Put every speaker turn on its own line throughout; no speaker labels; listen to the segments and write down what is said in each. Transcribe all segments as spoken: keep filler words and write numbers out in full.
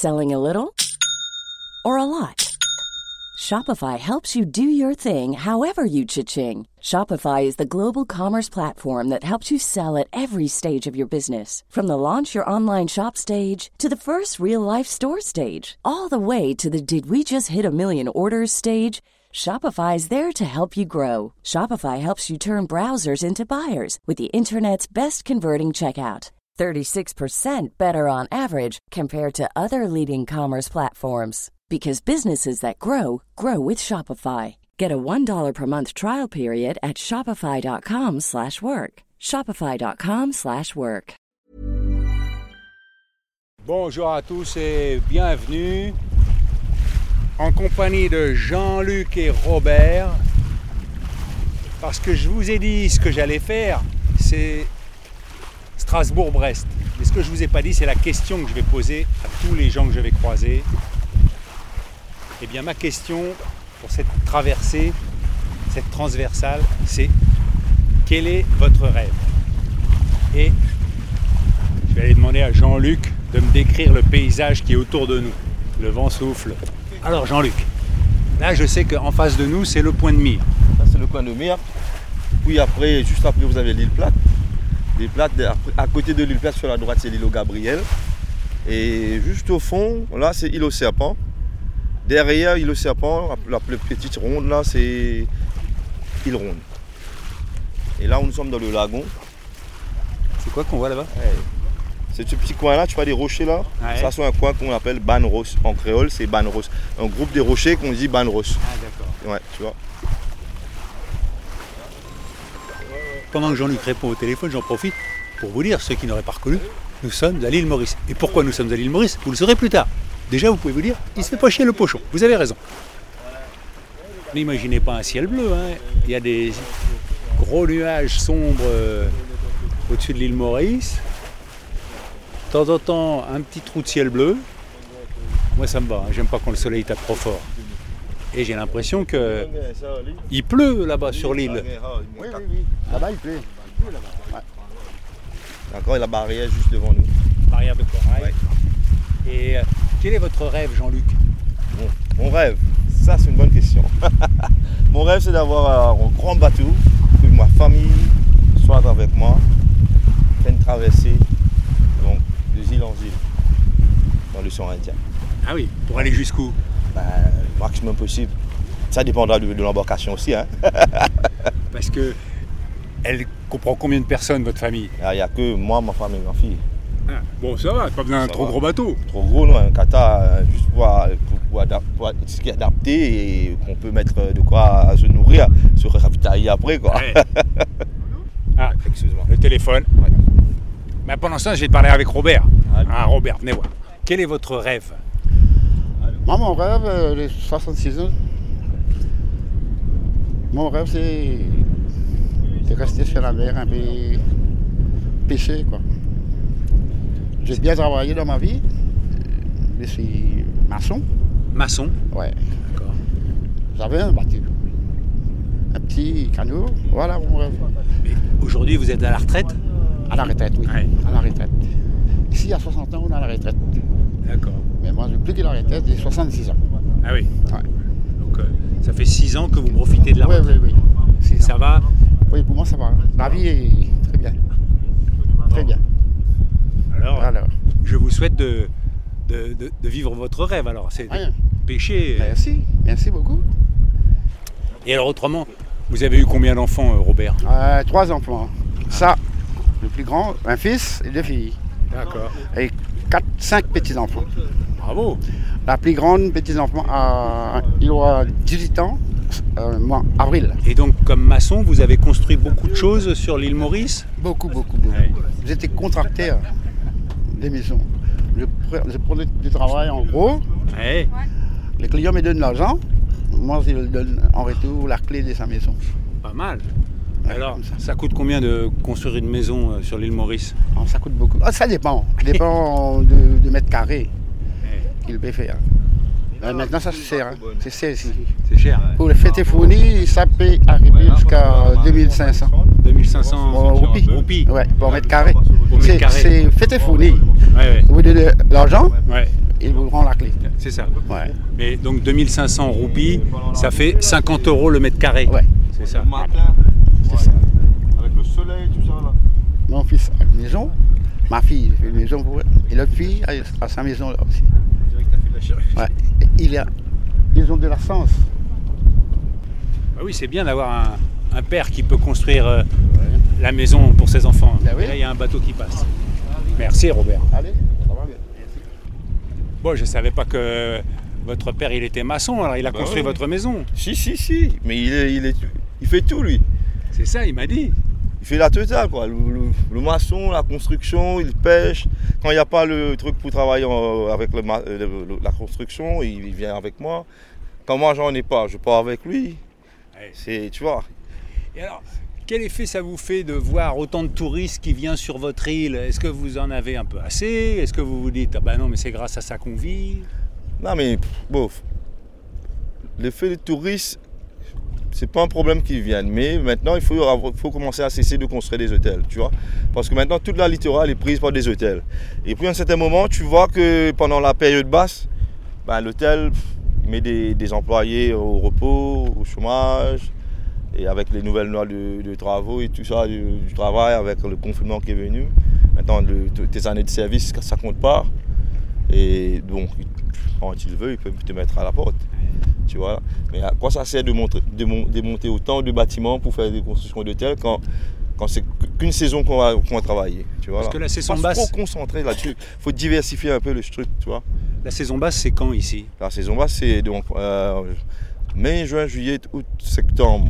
Selling a little or a lot? Shopify helps you do your thing however you cha-ching. Shopify is the global commerce platform that helps you sell at every stage of your business. From the launch your online shop stage to the first real-life store stage, all the way to the did we just hit a million orders stage. Shopify is there to help you grow. Shopify helps you turn browsers into buyers with the internet's best converting checkout. thirty-six percent better on average compared to other leading commerce platforms. Because businesses that grow, grow with Shopify. Get a one dollar per month trial period at shopify.com slash work. Shopify.com slash work.
Bonjour à tous et bienvenue en compagnie de Jean-Luc et Robert. Parce que je vous ai dit ce que j'allais faire, c'est Strasbourg-Brest. Mais ce que je ne vous ai pas dit, c'est la question que je vais poser à tous les gens que je vais croiser. Eh bien, ma question pour cette traversée, cette transversale, c'est quel est votre rêve? Et je vais aller demander à Jean-Luc de me décrire le paysage qui est autour de nous. Le vent souffle. Alors Jean-Luc, là je sais qu'en face de nous, c'est le point de mire.
Ça c'est le point de mire. Puis après, juste après, vous avez l'île Plate. L'île Plate, à côté de l'île Plate, sur la droite, c'est l'île au Gabriel. Et juste au fond, là, c'est l'île au Serpent. Derrière l'île au Serpent, la plus petite ronde, là, c'est l'île Ronde. Et là, nous sommes dans le lagon.
C'est quoi qu'on voit là-bas?
Ouais. C'est ce petit coin-là, tu vois des rochers là. Ouais. Ça, c'est un coin qu'on appelle Banros. En créole, c'est Banros. Un groupe de rochers qu'on dit Banros.
Ah, d'accord.
Ouais, tu vois.
Pendant que Jean-Luc répond au téléphone, j'en profite pour vous dire, ceux qui n'auraient pas reconnu, nous sommes à l'île Maurice. Et pourquoi nous sommes à l'île Maurice? Vous le saurez plus tard. Déjà, vous pouvez vous dire, il se fait pas chier le pochon. Vous avez raison. N'imaginez pas un ciel bleu. Hein. Il y a des gros nuages sombres euh, au-dessus de l'île Maurice. De temps en temps, un petit trou de ciel bleu. Moi, ça me va. Hein. J'aime pas quand le soleil tape trop fort. Et j'ai l'impression que il pleut là-bas sur l'île.
Oui, oui, oui. Là-bas, il pleut. Ouais. D'accord, et la barrière juste devant nous.
Barrière de corail. Ouais. Et euh, quel est votre rêve, Jean-Luc?
Bon, mon rêve, ça c'est une bonne question. Mon rêve, c'est d'avoir un grand bateau, que ma famille soit avec moi, faire une traversée donc, de île en île dans l'océan Indien.
Ah oui, pour aller jusqu'où?
Ben, le maximum possible. Ça dépendra de, de l'embarcation aussi. Hein.
Parce que elle comprend combien de personnes, votre famille?
Il n'y a que moi, ma femme et ma fille.
Ah, bon, ça va, pas besoin d'un trop va. gros bateau.
Trop gros, non, un kata, juste pour, pour, pour, adap- pour être adapté et qu'on peut mettre de quoi se nourrir, se ravitailler après, quoi.
Ouais. Ah, excuse-moi. Le téléphone. Ouais. Mais pendant ce temps, je vais parler avec Robert. Allez. Ah, Robert, venez voir. Quel est votre rêve?
Moi, mon rêve, euh, les soixante-six ans, mon rêve, c'est de rester sur la mer, un peu pêcher, quoi. J'ai bien travaillé dans ma vie. Je suis maçon.
Maçon?
Ouais.
D'accord.
J'avais un bateau. Un petit canot. Voilà mon rêve.
Mais aujourd'hui, vous êtes à la retraite?
À la retraite, oui.
Ouais.
À la retraite. Ici, à soixante ans, on est à la retraite.
D'accord.
Mais moi, j'ai plus que la retraite, j'ai soixante-six ans.
Ah oui?
Ouais.
Donc, euh, ça fait six ans que vous profitez de la retraite?
Oui, oui, oui.
Ça va?
Oui, pour moi, ça va. La vie est très bien. Très bien.
Alors,
alors,
je vous souhaite de, de, de, de vivre votre rêve. Alors, c'est de
rien.
Pêcher.
Merci, merci beaucoup.
Et alors, autrement, vous avez eu combien d'enfants, Robert?
euh, Trois enfants. Ça, le plus grand, un fils et deux filles.
D'accord.
Et quatre, cinq petits-enfants.
Bravo.
La plus grande petits-enfant, a, il aura dix-huit ans, euh, mois, avril.
Et donc, comme maçon, vous avez construit beaucoup de choses sur l'île Maurice?
Beaucoup, beaucoup, beaucoup.
Ouais.
J'étais contracteur des maisons. Je, je prenais du travail en gros.
Ouais.
Les clients me donnent l'argent. Moi, je leur donne en retour la clé de sa maison.
Pas mal.
Ouais,
alors, ça.
ça.
ça coûte combien de construire une maison euh, sur l'île Maurice?
Alors, ça coûte beaucoup. Ah, ça dépend. Ça dépend de, de mètres carrés
ouais.
qu'il peut faire. Euh, maintenant, ça c'est cher. Hein. C'est cher ici.
C'est cher.
Pour le fêter fourni, ça peut arriver jusqu'à deux mille cinq cents.
deux mille cinq cents
roupies.
roupies.
Ouais, pour mètre carré.
Pour mètre
C'est,
carré.
c'est fêter fourni.
Ouais, ouais.
Vous donnez l'argent,
Ouais.
il vous rend la clé.
C'est ça.
Ouais.
Mais donc deux mille cinq cents roupies, ça fait cinquante euros le mètre carré.
Ouais.
C'est ça.
Le matin,
C'est ça.
avec le soleil, tout ça là.
Mon fils a une maison, ma fille a une maison pour elle, et l'autre fille a, a sa maison là aussi.
Je dirais que t'as fait de la chirurgie.
Ouais. Et il y a, ils ont de la chance.
Ah oui, c'est bien d'avoir un, un père qui peut construire euh, la maison pour ses enfants.
Ben oui.
Et là, il y a un bateau qui passe. Merci Robert.
Allez, ça va bien.
Bon, je ne savais pas que votre père, il était maçon, alors il a
Bah
construit
oui.
votre maison.
Si, si, si. Mais il, est, il, est, il fait tout lui.
C'est ça, il m'a dit.
Il fait la totale quoi. Le, le, le maçon, la construction, il pêche. Quand il n'y a pas le truc pour travailler en- avec le, ma- le- le- la construction, il, il vient avec moi. Quand moi j'en ai pas, je pars avec lui.
Ouais.
C'est, tu vois.
Et alors, quel effet ça vous fait de voir autant de touristes qui viennent sur votre île? Est-ce que vous en avez un peu assez? Est-ce que vous vous dites, ah ben non, mais c'est grâce à ça qu'on vit?
Non mais bon, l'effet des touristes, c'est pas un problème qu'ils viennent. Mais maintenant il faut, avoir- faut commencer à cesser de construire des hôtels, tu vois. Parce que maintenant toute la littorale est prise par des hôtels. Et puis à un certain moment, tu vois que pendant la période basse, ben, l'hôtel met des, des employés au repos, au chômage. Et avec les nouvelles lois de, de travaux et tout ça, du, du travail, avec le confinement qui est venu, maintenant le, tes années de service, ça compte pas. Et donc, quand il veut, il peut te mettre à la porte. Tu vois. Mais à quoi ça sert de, monter, de mon- démonter autant de bâtiments pour faire des constructions d'hôtels quand, quand c'est qu'une saison qu'on va, qu'on va travailler, tu vois.
Parce
là.
que la saison
Faut
basse-
trop concentrer là-dessus. Il faut diversifier un peu le truc, tu vois.
La saison basse, c'est quand ici?
La saison basse, c'est donc euh, mai, juin, juillet, août, septembre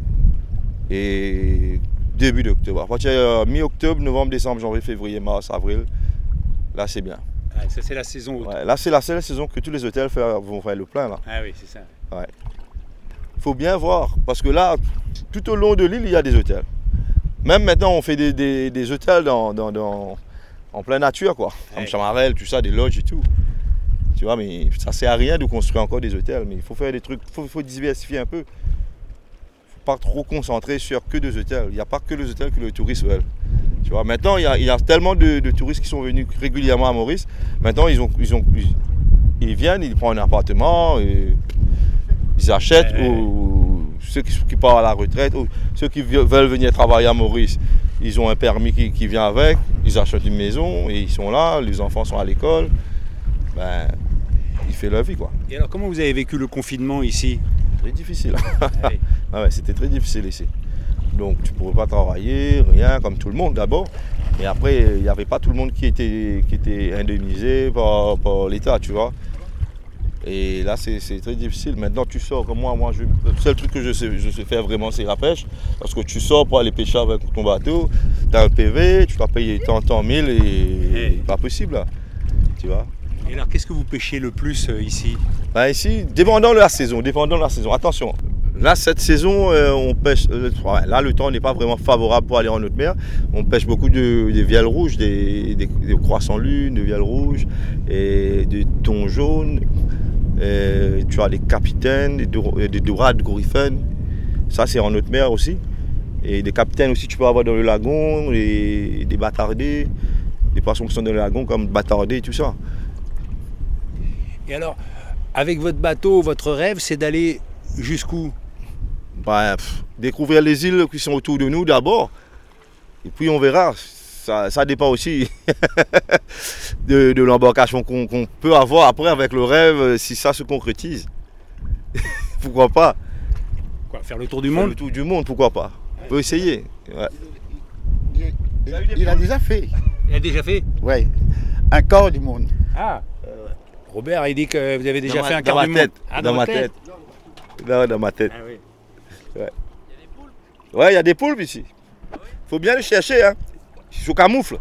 et début d'octobre. À partir de mi-octobre, novembre, décembre, janvier, février, mars, avril, là c'est bien.
Ah, ça, c'est la saison haute.
Ouais, là c'est la seule saison que tous les hôtels faire- vont faire le plein là.
Ah oui, c'est ça.
Il faut bien voir parce que là, tout au long de l'île, il y a des hôtels. Même maintenant, on fait des, des- des hôtels dans, dans- dans- en pleine nature, quoi. Comme
Ouais.
Chamarel, tout ça, des lodges et tout. Tu vois, mais ça sert à rien de construire encore des hôtels. Mais il faut faire des trucs, il faut, faut diversifier un peu. Il ne faut pas trop concentrer sur que des hôtels. Il n'y a pas que les hôtels que les touristes veulent. Tu vois, maintenant, il y a, il y a tellement de, de touristes qui sont venus régulièrement à Maurice. Maintenant, ils, ont, ils, ont, ils, ils viennent, ils prennent un appartement, et ils achètent,
Ouais.
ou ceux qui, qui partent à la retraite, ou ceux qui vi- veulent venir travailler à Maurice. Ils ont un permis qui, qui vient avec, ils achètent une maison et ils sont là, les enfants sont à l'école. Ben, ils font leur vie, quoi.
Et alors, comment vous avez vécu le confinement ici?
Très difficile.
Ah oui.
Ah ouais, c'était très difficile ici. Donc tu ne pouvais pas travailler, rien, comme tout le monde d'abord. Mais après, il n'y avait pas tout le monde qui était, qui était indemnisé par, par l'État, tu vois. Et là, c'est c'est très difficile. Maintenant, tu sors comme moi. moi je, le seul truc que je sais, je sais faire vraiment, c'est la pêche. Parce que tu sors pour aller pêcher avec ton bateau, tu as un P V, tu dois payer tant, tant mille et
Hey.
pas possible, là. Tu vois.
Et alors, qu'est-ce que vous pêchez le plus euh, ici?
Ben ici, dépendant de la saison, dépendant de la saison. Attention, là cette saison, euh, on pêche. euh, ouais, là le temps n'est pas vraiment favorable pour aller en haute mer. On pêche beaucoup de, des vielles rouges, des, des, des croissants lunes, des vielles rouges, et des thons jaunes. Et tu as des capitaines, des, dor- des dorades, griffons. Ça c'est en haute mer aussi. Et des capitaines aussi, tu peux avoir dans le lagon, et des bâtardés, des poissons qui sont dans le lagon comme bâtardés et tout ça.
Et alors, avec votre bateau, votre rêve, c'est d'aller jusqu'où?
Ben, pff, découvrir les îles qui sont autour de nous d'abord. Et puis on verra. Ça, ça dépend aussi de, de l'embarcation qu'on qu'on peut avoir après avec le rêve, si ça se concrétise. Pourquoi pas?
Quoi, faire le tour du
Faire
monde?
le tour du monde, pourquoi pas? On peut essayer. Ouais.
Il, il- il a déjà fait,
Il a déjà fait?
oui, un quart du monde.
Ah Robert, il dit que vous avez déjà
Dans
fait
ma-
un
dans
quart
ma
du
tête.
monde. Ah,
dans, ma
votre
tête. Dans, dans ma tête.
Ah oui.
Ouais, il y a des poulpes ici. Faut bien les chercher, hein. Ils sont camoufles.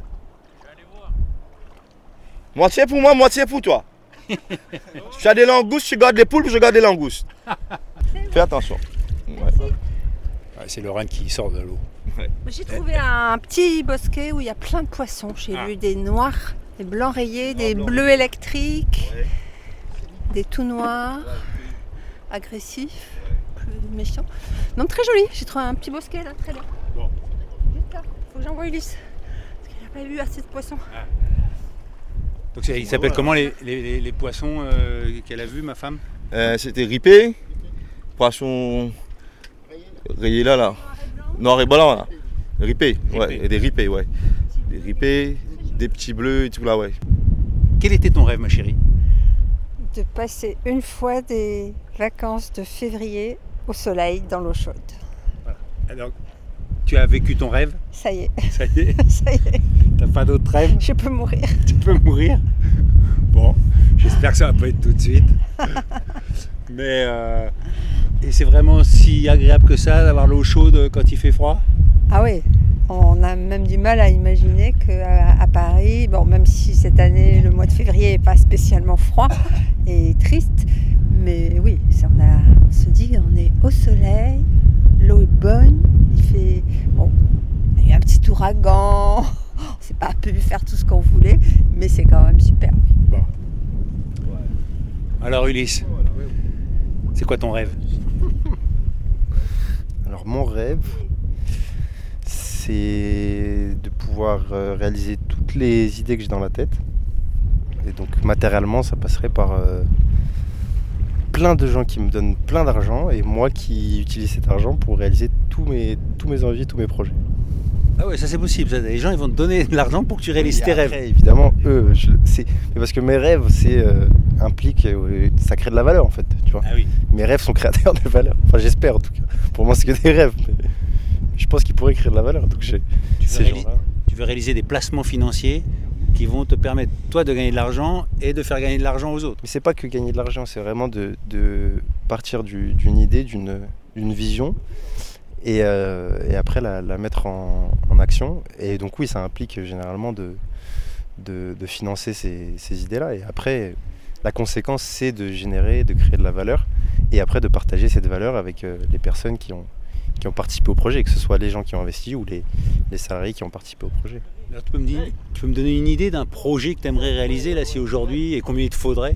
Moitié pour moi, moitié pour toi. Tu as des langoustes, tu gardes les poulpes, je garde les langoustes. Fais attention. Ouais.
Ah, c'est Lorraine qui sort de l'eau.
J'ai trouvé un petit bosquet où il y a plein de poissons. J'ai
Ah.
vu des noirs, des blancs rayés, des
blancs
bleus électriques,
Ouais.
des tout noirs, agressifs, plus méchants. Donc très joli. J'ai trouvé un petit bosquet là, très bien.
Bon.
Juste là. Faut que j'envoie Ulysse. Parce qu'il n'a pas eu assez de poissons.
Donc c'est- ils s'appellent comment les, les, les- les poissons euh, qu'elle a vus, ma femme?
Euh, C'était ripé, poisson rayé là, là. Noir et blanc là. Ripé, ouais,
Ripé.
et des ripés, ouais. Des ripés, des petits bleus et tout là, ouais.
Quel était ton rêve, ma chérie?
De passer une fois des vacances de février au soleil dans l'eau chaude.
Alors, tu as vécu ton rêve?
Ça y est,
Ça y est,
ça y est,
t'as pas d'autre rêve?
je peux mourir.
Tu peux mourir? Bon, j'espère que ça va pas être tout de suite. Mais euh, et c'est vraiment si agréable que ça d'avoir l'eau chaude quand il fait froid?
Ah oui, on a même du mal à imaginer qu'à à Paris, bon, même si cette année le mois de février n'est pas spécialement froid et triste, mais oui, c'est- on, a, on se dit on est au soleil, l'eau est bonne, il fait bon, il y a eu un petit ouragan, on s'est pas pu faire tout ce qu'on voulait, mais c'est quand même super. Oui.
Alors Ulysse, c'est quoi ton rêve?
Alors mon rêve, c'est de pouvoir euh, réaliser toutes les idées que j'ai dans la tête. Et donc matériellement, ça passerait par euh, plein de gens qui me donnent plein d'argent et moi qui utilise cet argent pour réaliser tous mes, tous mes envies, tous mes projets.
Ah ouais, ça c'est possible. ça. Les gens ils vont te donner de l'argent pour que tu réalises
Et
tes
après,
rêves.
évidemment, eux, je- c'est mais parce que mes rêves, c'est euh, implique, euh, ça crée de la valeur en fait, tu vois.
Ah oui.
Mes rêves sont créateurs de valeur. Enfin, j'espère en tout cas. Pour moi, c'est que des rêves. Mais je pense qu'ils pourraient créer de la valeur. Donc, j'ai
Tu veux,
ces
réali-
gens-là.
tu veux réaliser des placements financiers qui vont te permettre toi de gagner de l'argent et de faire gagner de l'argent aux autres.
Mais c'est pas que gagner de l'argent, c'est vraiment de, de partir du- d'une idée, d'une d'une vision, et, euh, et après la, la mettre en, en action. Et donc oui, ça implique généralement de, de, de financer ces, ces idées-là. Et après, la conséquence, c'est de générer, de créer de la valeur, et après de partager cette valeur avec euh, les personnes qui ont, qui ont participé au projet, que ce soit les gens qui ont investi ou les, les salariés qui ont participé au projet.
Alors, tu, peux me dire, tu peux me donner une idée d'un projet que tu aimerais réaliser là si aujourd'hui et combien il te faudrait?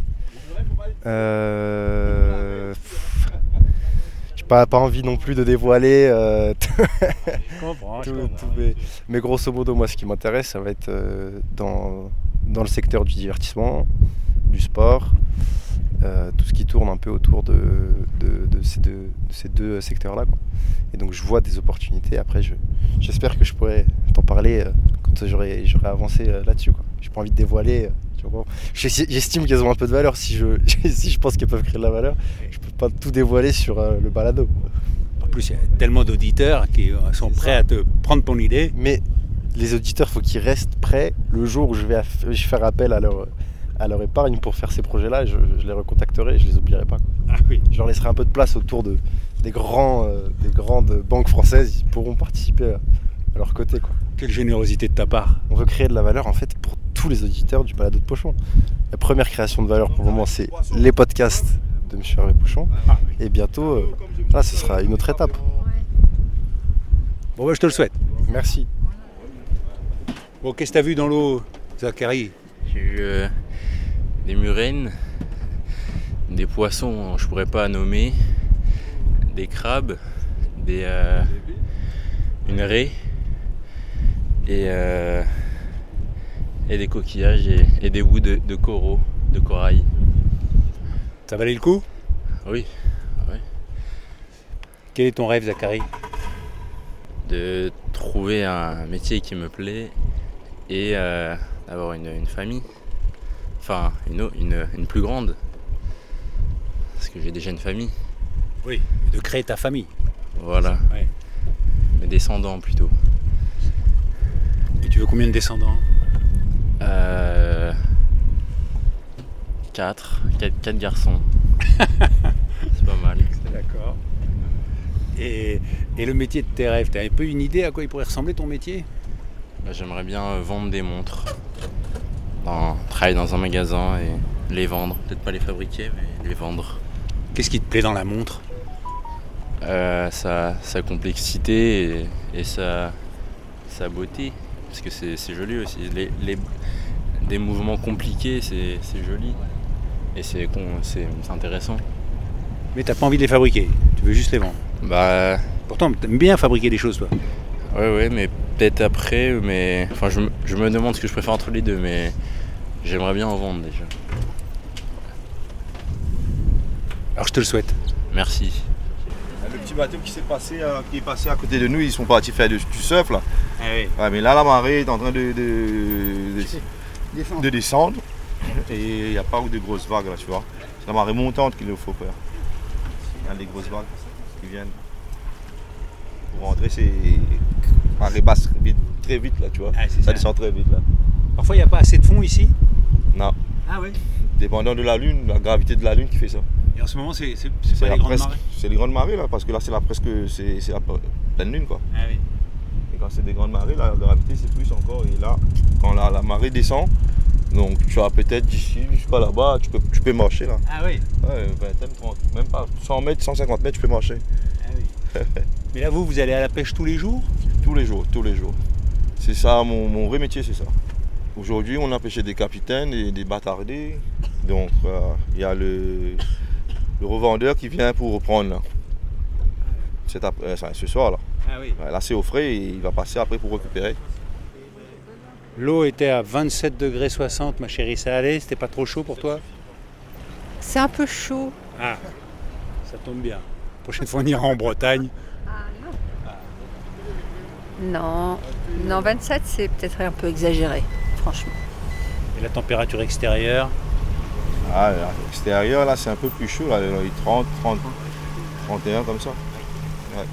Euh... J'ai pas, pas envie non plus de dévoiler euh,
Je comprends, je
tout-
comprends.
tout, mais, mais grosso modo, moi, ce qui m'intéresse, ça va être euh, dans, dans le secteur du divertissement, du sport, euh, tout ce qui tourne un peu autour de, de, de ces deux, de ces deux secteurs-là, quoi. Et donc, je vois des opportunités. Après, je, j'espère que je pourrai t'en parler euh, quand j'aurai, j'aurai avancé euh, là-dessus, quoi. J'ai pas envie de dévoiler. euh, tu vois. J'esti- J'estime qu'elles ont un peu de valeur. Si je, si je pense qu'elles peuvent créer de la valeur, je peux pas tout dévoiler sur euh, le balado.
En plus, il y a tellement d'auditeurs qui euh, sont prêts à te prendre ton idée.
Mais les auditeurs, faut qu'ils restent prêts le jour où je vais aff- je faire appel à leur, à leur épargne pour faire ces projets-là. Je, je les recontacterai, je les oublierai pas, quoi.
Ah oui.
Je leur laisserai un peu de place autour de, des, grands, euh, des grandes banques françaises. Ils pourront participer à, à leur côté, quoi.
Quelle générosité de ta part.
On veut créer de la valeur en fait pour tous les auditeurs du balado de Pochon. La première création de valeur pour le moment, c'est les podcasts de Monsieur Hervé Pochon. Et bientôt, euh, là, ce sera une autre étape.
Bon, bah, je te le souhaite.
Merci.
Bon, qu'est-ce que tu as vu dans l'eau, Zachary?
J'ai eu euh, des murènes, des poissons, je pourrais pas nommer, des crabes, des, euh, une raie et, euh, et des coquillages et, et des bouts de, de coraux, de corail.
Ça valait le coup?
Oui, oui.
Quel est ton rêve, Zachary?
De trouver un métier qui me plaît et euh, d'avoir une, une famille, enfin une, au- une, une plus grande, parce que j'ai déjà une famille,
Oui, de créer ta famille.
voilà,
Ouais.
mes descendants plutôt.
Et tu veux combien de descendants?
Euh, quatre, quatre, quatre garçons, c'est pas mal.
D'accord. Et, et le métier de tes rêves, tu as un peu une idée à quoi il pourrait ressembler ton métier?
Bah, j'aimerais bien euh, vendre des montres, dans, travailler dans un magasin et les vendre, peut-être pas les fabriquer mais les vendre.
Qu'est-ce qui te plaît dans la montre?
Euh, sa, sa complexité et, et sa, sa beauté, parce que c'est, c'est joli aussi. Les, les- des mouvements compliqués, c'est, c'est joli et c'est, con- c'est, c'est intéressant.
Mais t'as pas envie de les fabriquer, tu veux juste les vendre.
Bah
Pourtant, t'aimes bien fabriquer des choses, toi.
ouais, ouais, mais peut-être après, mais enfin, je, me- je me demande ce que je préfère entre les deux, mais J'aimerais bien en vendre déjà.
Alors je te le souhaite.
Merci.
Le petit bateau qui, s'est passé, euh, qui est passé à côté de nous, ils sont partis faire du, du surf là.
Ah oui.
Ouais, mais là la marée est en train de, de, de, de descendre et il n'y a pas eu de grosses vagues là, tu vois. C'est la marée montante qu'il nous faut faire. Il y a des grosses vagues qui viennent. Pour rentrer, c'est marée basse vite, très vite là, tu vois.
Ah, c'est
ça,
ça.
descend très vite là.
Parfois il n'y a pas assez de fond ici.
Non,
Ah oui.
dépendant de la lune, la gravité de la lune qui fait ça.
Et en ce moment c'est, c'est, c'est
C'est
pas
la
les grandes
presque-
marées.
c'est les grandes marées là, parce que là c'est la presque c'est, c'est la pleine lune quoi.
Ah oui.
Et quand c'est des grandes marées, la gravité c'est plus encore. Et là, quand la, la marée descend, donc tu as peut-être d'ici jusqu'à là-bas, tu peux, tu peux marcher là.
Ah oui.
Ouais, vingtaine, trente, même pas cent mètres, cent cinquante mètres, tu peux marcher.
Ah oui. Mais là vous, vous allez à la pêche tous les jours?
Tous les jours, tous les jours. C'est ça, mon, mon vrai métier, c'est ça. Aujourd'hui, on a pêché des capitaines et des bâtardés. Donc, euh, il y a le, le revendeur qui vient pour reprendre là. Cet après- euh, ce soir là.
Ah oui.
Ouais, là, c'est au frais et il va passer après pour récupérer.
L'eau était à vingt-sept degrés soixante, ma chérie, ça allait? C'était pas trop chaud pour toi?
C'est un peu chaud.
Ah, ça tombe bien. La prochaine fois on ira en Bretagne.
Non, non, vingt-sept c'est peut-être un peu exagéré, franchement.
Et la température extérieure?
Ah, à l'extérieur, là, c'est un peu plus chaud, là, dans les trente, trente, trente et un comme ça. Ouais.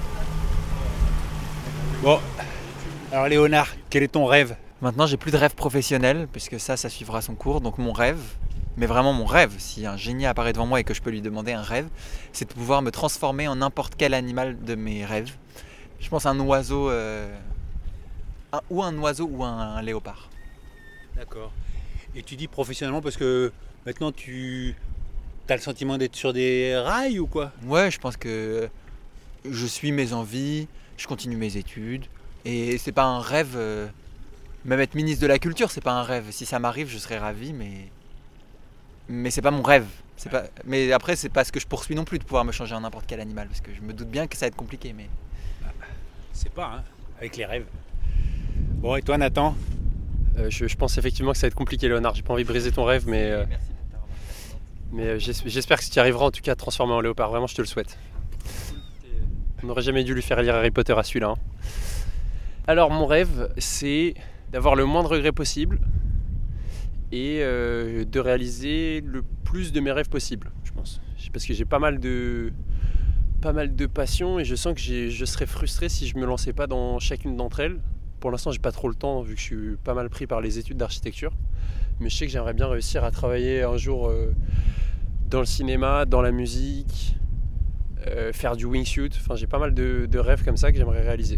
Bon, alors Léonard, quel est ton rêve?
Maintenant, j'ai plus de rêve professionnel, puisque ça, ça suivra son cours. Donc mon rêve, mais vraiment mon rêve, si un génie apparaît devant moi et que je peux lui demander un rêve, c'est de pouvoir me transformer en n'importe quel animal de mes rêves. Je pense un oiseau, euh, un- ou un oiseau ou un, un léopard.
D'accord. Et tu dis professionnellement parce que maintenant tu as le sentiment d'être sur des rails ou quoi?
Ouais, je pense que je suis mes envies, je continue mes études, et c'est pas un rêve. euh, Même être ministre de la culture, c'est pas un rêve. Si ça m'arrive, je serais ravi, mais mais c'est pas mon rêve. C'est pas. Mais après, c'est pas ce que je poursuis non plus de pouvoir me changer en n'importe quel animal, parce que je me doute bien que ça va être compliqué. Mais
C'est pas, hein, avec les rêves. Bon, et toi Nathan?
Euh, je, je pense effectivement que ça va être compliqué, Léonard. J'ai pas envie de briser ton rêve, mais, euh, mais euh, j'es- j'espère que tu y arriveras en tout cas à te transformer en léopard. Vraiment, je te le souhaite. On n'aurait jamais dû lui faire lire Harry Potter à celui-là. hein. Alors, mon rêve, c'est d'avoir le moins de regrets possible et euh, de réaliser le plus de mes rêves possible, je pense. Parce que j'ai pas mal de pas mal de passion et je sens que j'ai- je serais frustré si je me lançais pas dans chacune d'entre elles. Pour l'instant, j'ai pas trop le temps vu que je suis pas mal pris par les études d'architecture. Mais je sais que j'aimerais bien réussir à travailler un jour euh, dans le cinéma, dans la musique, euh, faire du wingsuit. Enfin, j'ai pas mal de, de rêves comme ça que j'aimerais réaliser.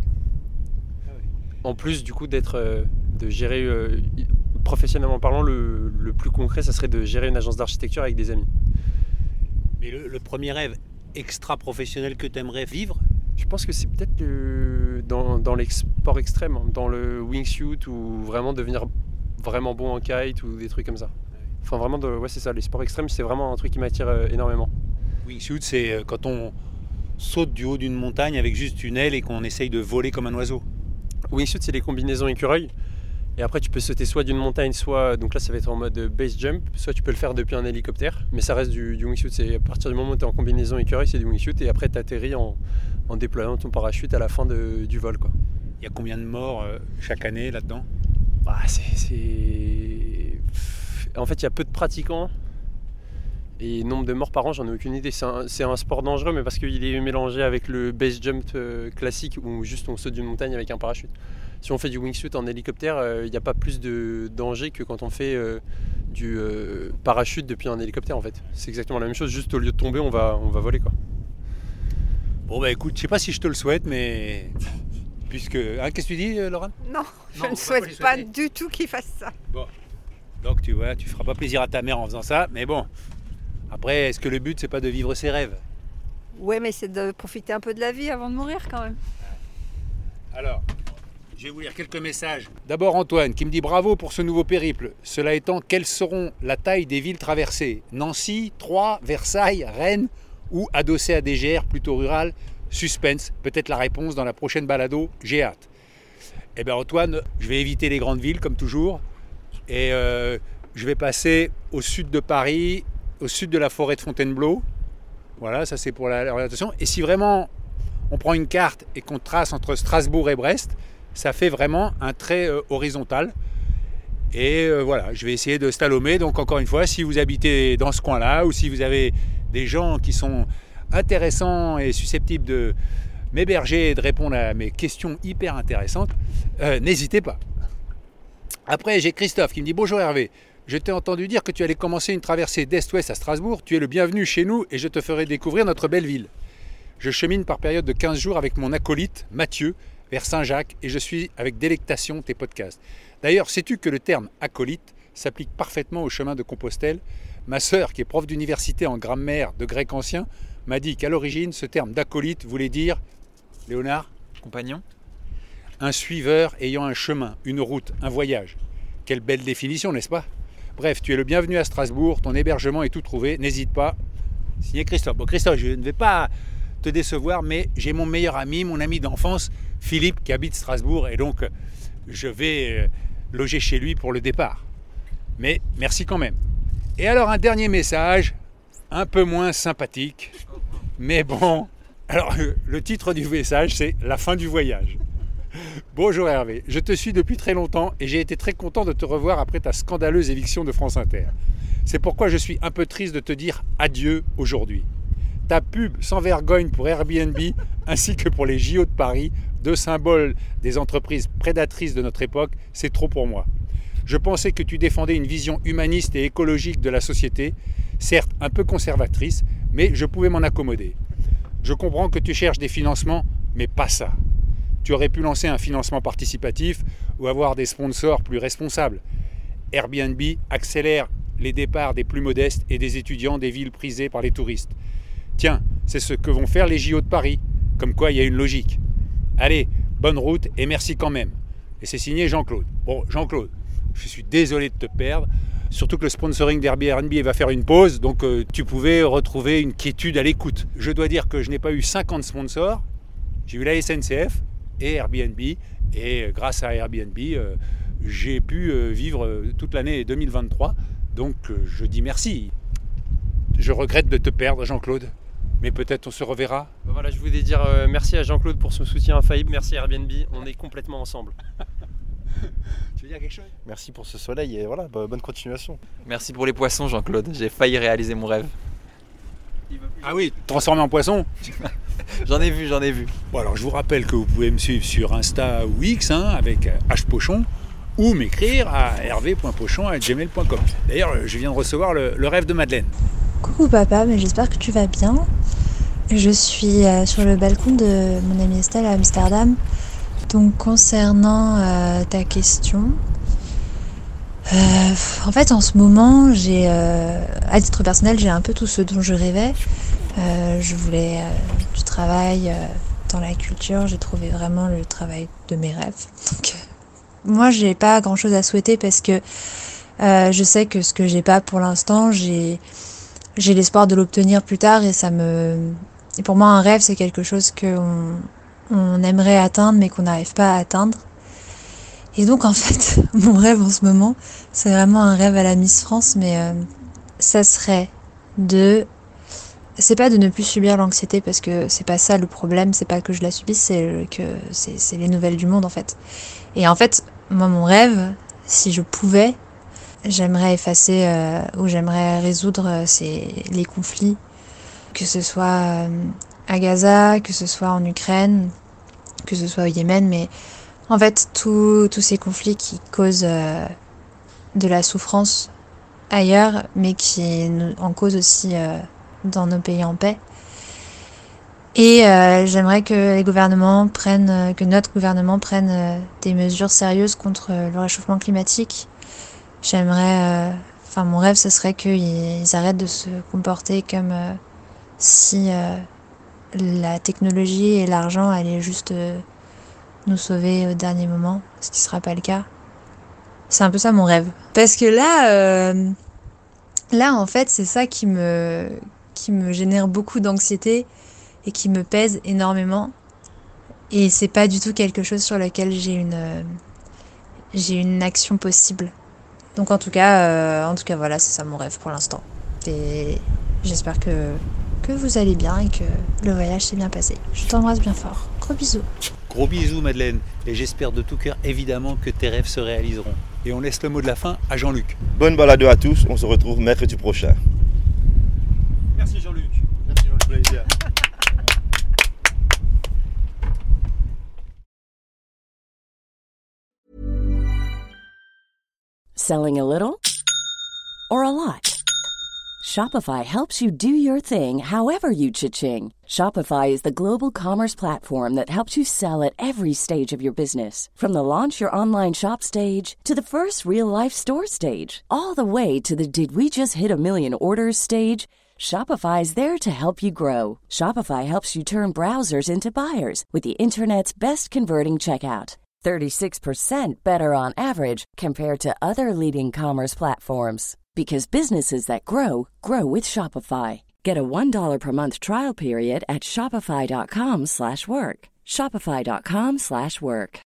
En plus, du coup, d'être, euh, de gérer, euh, professionnellement parlant, le, le plus concret, ça serait de gérer une agence d'architecture avec des amis.
Mais le, le premier rêve extra-professionnel que tu aimerais vivre?
Je pense que c'est peut-être le- dans, dans les sports extrêmes, hein, dans le wingsuit ou vraiment devenir vraiment bon en kite ou des trucs comme ça. Enfin vraiment, de, ouais c'est ça, les sports extrêmes c'est vraiment un truc qui m'attire euh, énormément.
Wingsuit, c'est euh, quand on saute du haut d'une montagne avec juste une aile et qu'on essaye de voler comme un oiseau.
Wingsuit c'est les combinaisons écureuil et après tu peux sauter soit d'une montagne, soit, donc là ça va être en mode base jump, soit tu peux le faire depuis un hélicoptère, mais ça reste du, du wingsuit, c'est à partir du moment où tu es en combinaison écureuil c'est du wingsuit et après tu atterris en, en déployant ton parachute à la fin de- du vol quoi.
Il y a combien de morts euh, chaque année là-dedans?
Bah, c'est, c'est- En fait, il y a peu de pratiquants. Et nombre de morts par an, j'en ai aucune idée. C'est un, c'est un sport dangereux, mais parce qu'il est mélangé avec le base jump euh, classique où juste on saute d'une montagne avec un parachute. Si on fait du wingsuit en hélicoptère, il n'y a pas plus de danger que quand on fait euh, du euh, parachute depuis un hélicoptère en fait. C'est exactement la même chose, juste au lieu de tomber, on va, on va voler quoi.
Bon bah écoute, je sais pas si je te le souhaite, mais puisque... Hein, qu'est-ce que tu dis, euh, Laurent?
Non,
Non,
je
on va
ne
pas
souhaite
lui
pas
souhaiter.
du tout qu'il fasse ça.
Donc tu vois, tu feras pas plaisir à ta mère en faisant ça, mais bon. Après, est-ce que le but c'est pas de vivre ses rêves?
Ouais, mais c'est de profiter un peu de la vie avant de mourir quand même.
Alors, je vais vous lire quelques messages. D'abord Antoine qui me dit bravo pour ce nouveau périple. Cela étant, quelles seront la taille des villes traversées? Nancy, Troyes, Versailles, Rennes ou adossées à des G R plutôt rurales? Suspense, peut-être la réponse dans la prochaine balado, j'ai hâte. Eh bien Antoine, je vais éviter les grandes villes comme toujours. Et euh, je vais passer au sud de Paris, au sud de la forêt de Fontainebleau. Voilà, ça c'est pour la- l'orientation. Et si vraiment on prend une carte et qu'on trace entre Strasbourg et Brest, ça fait vraiment un trait euh, horizontal. Et euh, voilà, je vais essayer de slalomer. Donc encore une fois, si vous habitez dans ce coin-là ou si vous avez des gens qui sont intéressants et susceptibles de m'héberger et de répondre à mes questions hyper intéressantes, euh, n'hésitez pas. Après, j'ai Christophe qui me dit « Bonjour Hervé, je t'ai entendu dire que tu allais commencer une traversée d'Est-Ouest à Strasbourg. Tu es le bienvenu chez nous et je te ferai découvrir notre belle ville. Je chemine par période de quinze jours avec mon acolyte Mathieu vers Saint-Jacques et je suis avec délectation tes podcasts. D'ailleurs, sais-tu que le terme acolyte s'applique parfaitement au chemin de Compostelle ? Ma sœur, qui est prof d'université en grammaire de grec ancien, m'a dit qu'à l'origine, ce terme d'acolyte voulait dire, Léonard,
Compagnon ?
un suiveur ayant un chemin, une route, un voyage. Quelle belle définition, n'est-ce pas ? Bref, tu es le bienvenu à Strasbourg, ton hébergement est tout trouvé, n'hésite pas. Signé Christophe. Bon, Christophe, je ne vais pas te décevoir, mais j'ai mon meilleur ami, mon ami d'enfance, Philippe, qui habite Strasbourg, et donc je vais loger chez lui pour le départ. Mais merci quand même. Et alors un dernier message, un peu moins sympathique, mais bon. Alors le titre du message, c'est « La fin du voyage ». Bonjour Hervé, je te suis depuis très longtemps et j'ai été très content de te revoir après ta scandaleuse éviction de France Inter. C'est pourquoi je suis un peu triste de te dire adieu aujourd'hui. Ta pub sans vergogne pour Airbnb ainsi que pour les J O de Paris, deux symboles des entreprises prédatrices de notre époque, c'est trop pour moi. Je pensais que tu défendais une vision humaniste et écologique de la société, certes un peu conservatrice, mais je pouvais m'en accommoder. Je comprends que tu cherches des financements, mais pas ça. Tu aurais pu lancer un financement participatif ou avoir des sponsors plus responsables. Airbnb accélère les départs des plus modestes et des étudiants des villes prisées par les touristes. Tiens, c'est ce que vont faire les J O de Paris, comme quoi il y a une logique. Allez, bonne route et merci quand même. Et c'est signé Jean-Claude. Bon, Jean-Claude, je suis désolé de te perdre, surtout que le sponsoring d'Airbnb va faire une pause, donc euh, tu pouvais retrouver une quiétude à l'écoute. Je dois dire que je n'ai pas eu cinquante sponsors, j'ai eu la S N C F et Airbnb, et grâce à Airbnb, euh, j'ai pu euh, vivre euh, toute l'année deux mille vingt-trois, donc euh, je dis merci. Je regrette de te perdre, Jean-Claude, mais peut-être on se reverra.
Voilà, je voulais dire euh, merci à Jean-Claude pour son soutien infaillible, merci à Airbnb, on est complètement ensemble.
Tu veux dire quelque chose ?
Merci pour ce soleil et voilà, bonne continuation.
Merci pour les poissons, Jean-Claude. J'ai failli réaliser mon rêve.
Ah oui, transformé en poisson.
J'en ai vu, j'en ai vu.
Bon, alors je vous rappelle que vous pouvez me suivre sur Insta ou X hein, avec H Pochon ou m'écrire à hervé point pochon arobase gmail point com. D'ailleurs, je viens de recevoir le, le rêve de Madeleine.
Coucou papa, mais j'espère que tu vas bien. Je suis euh, sur le balcon de mon amie Estelle à Amsterdam. Donc concernant euh, ta question, euh, en fait en ce moment, j'ai, euh, à titre personnel, j'ai un peu tout ce dont je rêvais. Euh, je voulais euh, du travail euh, dans la culture, j'ai trouvé vraiment le travail de mes rêves. Donc, euh, moi, j'ai pas grand chose à souhaiter parce que euh, je sais que ce que j'ai pas pour l'instant, j'ai, j'ai l'espoir de l'obtenir plus tard et ça me, et pour moi, un rêve, c'est quelque chose que on, on aimerait atteindre mais qu'on n'arrive pas à atteindre. Et donc en fait, mon rêve en ce moment, c'est vraiment un rêve à la Miss France, mais euh, ça serait de... C'est pas de ne plus subir l'anxiété parce que c'est pas ça le problème, c'est pas que je la subisse, c'est que c'est, c'est les nouvelles du monde en fait. Et en fait, moi mon rêve, si je pouvais, j'aimerais effacer euh, ou j'aimerais résoudre euh, c'est les conflits, que ce soit euh, à Gaza, que ce soit en Ukraine, que ce soit au Yémen, mais en fait tous tous ces conflits qui causent euh, de la souffrance ailleurs, mais qui en causent aussi euh, dans nos pays en paix. Et euh, j'aimerais que les gouvernements prennent, que notre gouvernement prenne euh, des mesures sérieuses contre euh, le réchauffement climatique. J'aimerais, euh, enfin mon rêve ce serait qu'ils arrêtent de se comporter comme euh, si euh, la technologie et l'argent allaient juste euh, nous sauver au dernier moment, ce qui sera pas le cas. C'est un peu ça mon rêve. Parce que là, euh, là en fait c'est ça qui me, qui me génère beaucoup d'anxiété et qui me pèse énormément. Et c'est pas du tout quelque chose sur lequel j'ai une, euh, j'ai une action possible. Donc en tout cas, euh, en tout cas voilà, c'est ça mon rêve pour l'instant. Et j'espère que, que vous allez bien et que le voyage s'est bien passé. Je t'embrasse bien fort. Gros bisous.
Gros bisous Madeleine, et j'espère de tout cœur évidemment que tes rêves se réaliseront. Et on laisse le mot de la fin à Jean-Luc.
Bonne balade à tous, on se retrouve mercredi prochain.
Merci Jean-Luc.
Merci Jean-Luc. Plaisir.
Selling a little or a lot? Shopify helps you do your thing however you cha-ching. Shopify is the global commerce platform that helps you sell at every stage of your business. From the launch your online shop stage to the first real-life store stage, all the way to the did we just hit a million orders stage. Shopify is there to help you grow. Shopify helps you turn browsers into buyers with the internet's best converting checkout. thirty-six percent better on average compared to other leading commerce platforms. Because businesses that grow, grow with Shopify. Get a one dollar per month trial period at shopify.com slash work. Shopify.com slash work.